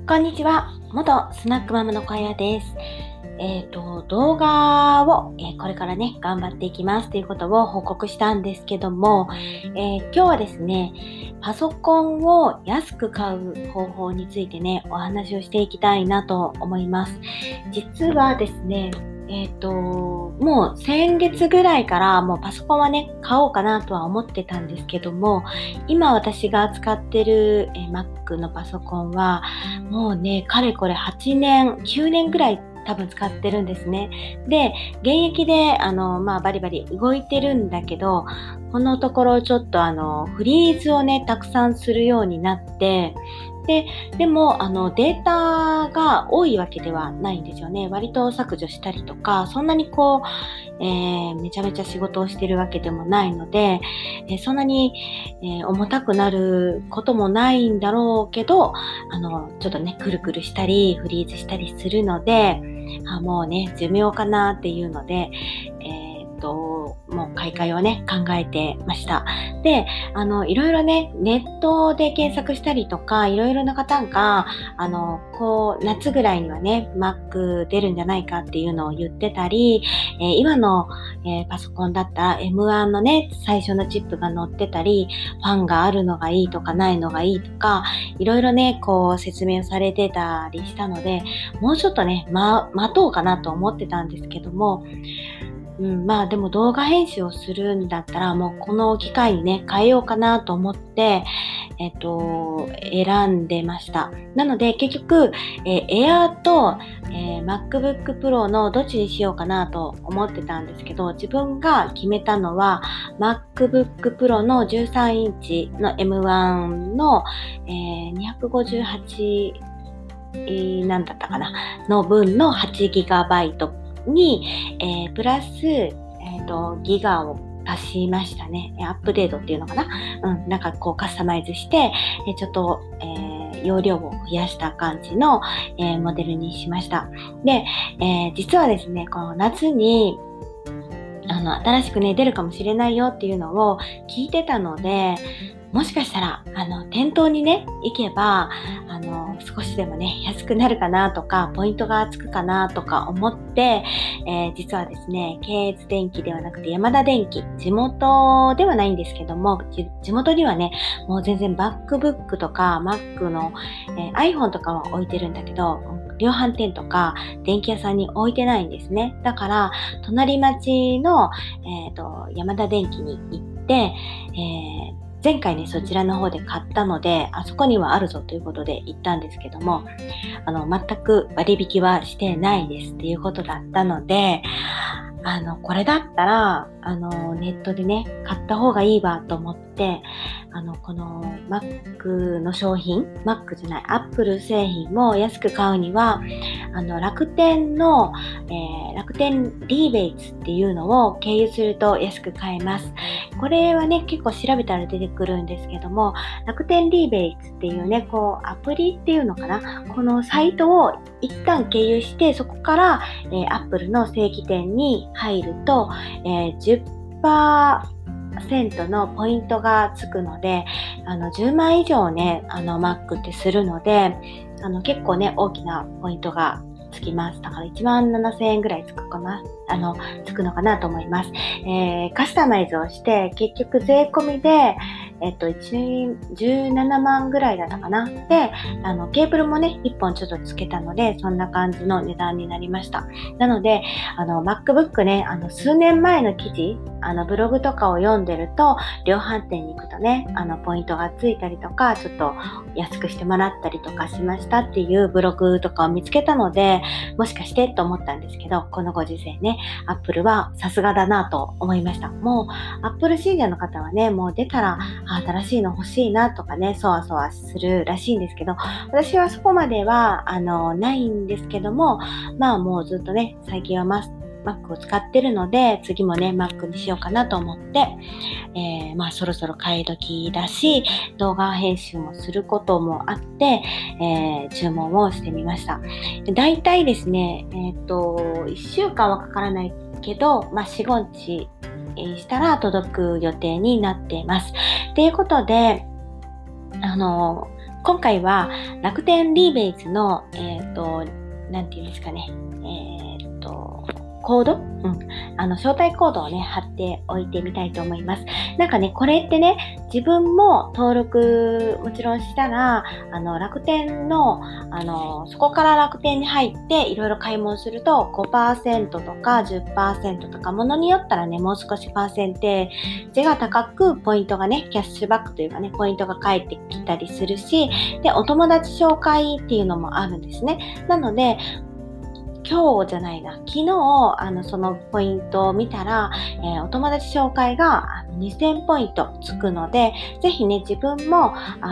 こんにちは。元スナックママの小屋です。動画を、これからね、頑張っていきますということを報告したんですけども、今日はですね、パソコンを安く買う方法についてね、お話をしていきたいなと思います。実はですね、もう先月ぐらいからもうパソコンはね、買おうかなとは思ってたんですけども、今私が使ってる、Mac のパソコンは、もうね、かれこれ8年、9年ぐらい多分使ってるんですね。で、現役で、バリバリ動いてるんだけど、このところちょっとフリーズをね、たくさんするようになって、でも、データが多いわけではないんですよね。割と削除したりとか、そんなにめちゃめちゃ仕事をしてるわけでもないので、そんなに、重たくなることもないんだろうけど、ちょっとね、くるくるしたり、フリーズしたりするので、もうね、寿命かなっていうので、もう買い替えをね、考えてました。で、いろいろね、ネットで検索したりとか、いろいろな方が、夏ぐらいにはね、Mac 出るんじゃないかっていうのを言ってたり、今の、パソコンだったら M1 のね、最初のチップが載ってたり、ファンがあるのがいいとかないのがいいとか、いろいろね、説明されてたりしたので、もうちょっとね、待とうかなと思ってたんですけども、でも動画編集をするんだったらもうこの機会にね変えようかなと思って、選んでました。なので結局、Air と、MacBook Pro のどっちにしようかなと思ってたんですけど、自分が決めたのは MacBook Pro の13インチの M1 の、258なんだったかなの分の 8GBに、プラス、ギガを足しましたね。アップデートっていうのかな、なんかカスタマイズして、ちょっと、容量を増やした感じの、モデルにしました。で、実はですね、この夏に新しくね、出るかもしれないよっていうのを聞いてたので、もしかしたら、店頭にね、行けば、少しでもね、安くなるかなとか、ポイントがつくかなとか思って、実はですね、系列電機ではなくて、ヤマダ電機、地元ではないんですけども、地元にはね、もう全然 MacBook とか Mac の、iPhone とかは置いてるんだけど、量販店とか電気屋さんに置いてないんですね。だから、隣町の、ヤマダ電機に行って、前回ね、そちらの方で買ったので、あそこにはあるぞということで行ったんですけども、全く割引はしてないですっていうことだったので、これだったら、ネットでね、買った方がいいわと思って、この Mac の商品、Mac じゃない、Apple 製品も安く買うには、楽天の、楽天リーベイツっていうのを経由すると安く買えます。これはね、結構調べたら出てくるんですけども、楽天リーベイツっていうね、アプリっていうのかな、このサイトを一旦経由して、そこから、Apple の正規店に入ると、10% のポイントがつくので、10万以上ね、Mac ってするので、結構ね、大きなポイントがつきます。だから17,000円ぐらいつくかな、つくのかなと思います。カスタマイズをして、結局税込みで、17万ぐらいだったかな。で、ケーブルもね、1本ちょっとつけたので、そんな感じの値段になりました。なので、MacBook ね、数年前の記事、ブログとかを読んでると、量販店に行くとね、ポイントがついたりとか、ちょっと安くしてもらったりとかしましたっていうブログとかを見つけたので、もしかしてと思ったんですけど、このご時世ね、Apple はさすがだなと思いました。もう、Apple 信者の方はね、もう出たら、新しいの欲しいなとかね、そわそわするらしいんですけど、私はそこまでは、ないんですけども、もうずっとね、最近はMac を使ってるので、次もね、Mac にしようかなと思って、そろそろ買い時だし、動画編集もすることもあって、注文をしてみました。だいたいですね、1週間はかからないけど、4、5日したら届く予定になっています。ということで、 今回は楽天リーベイズの、なんていうんですかね、コード、招待コードをね、貼っておいてみたいと思います。なんかね、これってね、自分も登録もちろんしたら、楽天の、そこから楽天に入っていろいろ買い物すると 5% とか 10% とか、ものによったらね、もう少しパーセンテージが高くポイントがね、キャッシュバックというかね、ポイントが返ってきたりするし、で、お友達紹介っていうのもあるんですね。なので、昨日、そのポイントを見たら、お友達紹介が2000ポイントつくので、ぜひね、自分も、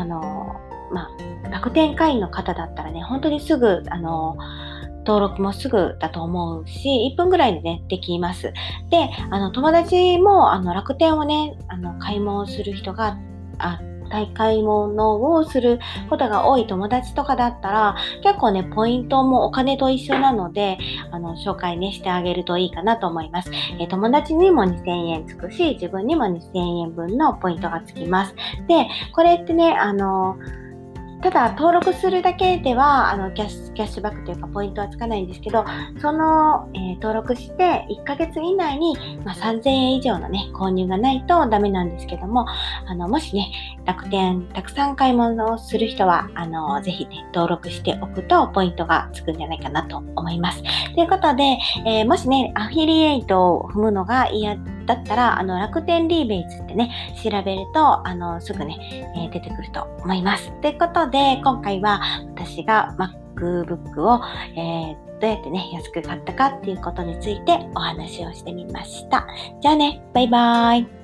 楽天会員の方だったらね、本当にすぐ、登録もすぐだと思うし、1分ぐらいでね、できます。で、友達も、楽天をね、買い物する人が、買い物をすることが多い友達とかだったら、結構ね、ポイントもお金と一緒なので、紹介ね、してあげるといいかなと思います。友達にも2000円つくし、自分にも2000円分のポイントがつきます。で、これってね、ただ登録するだけではキャッシュバックというかポイントはつかないんですけど、その、登録して1ヶ月以内に、3000円以上のね購入がないとダメなんですけども、もしね楽天たくさん買い物をする人はぜひね登録しておくとポイントがつくんじゃないかなと思います。ということで、もしねアフィリエイトを踏むのが嫌だったら楽天リーベイズってね調べるとすぐね、出てくると思います。ということで今回は私が MacBook を、どうやってね安く買ったかっていうことについてお話をしてみました。じゃあね、バイバーイ。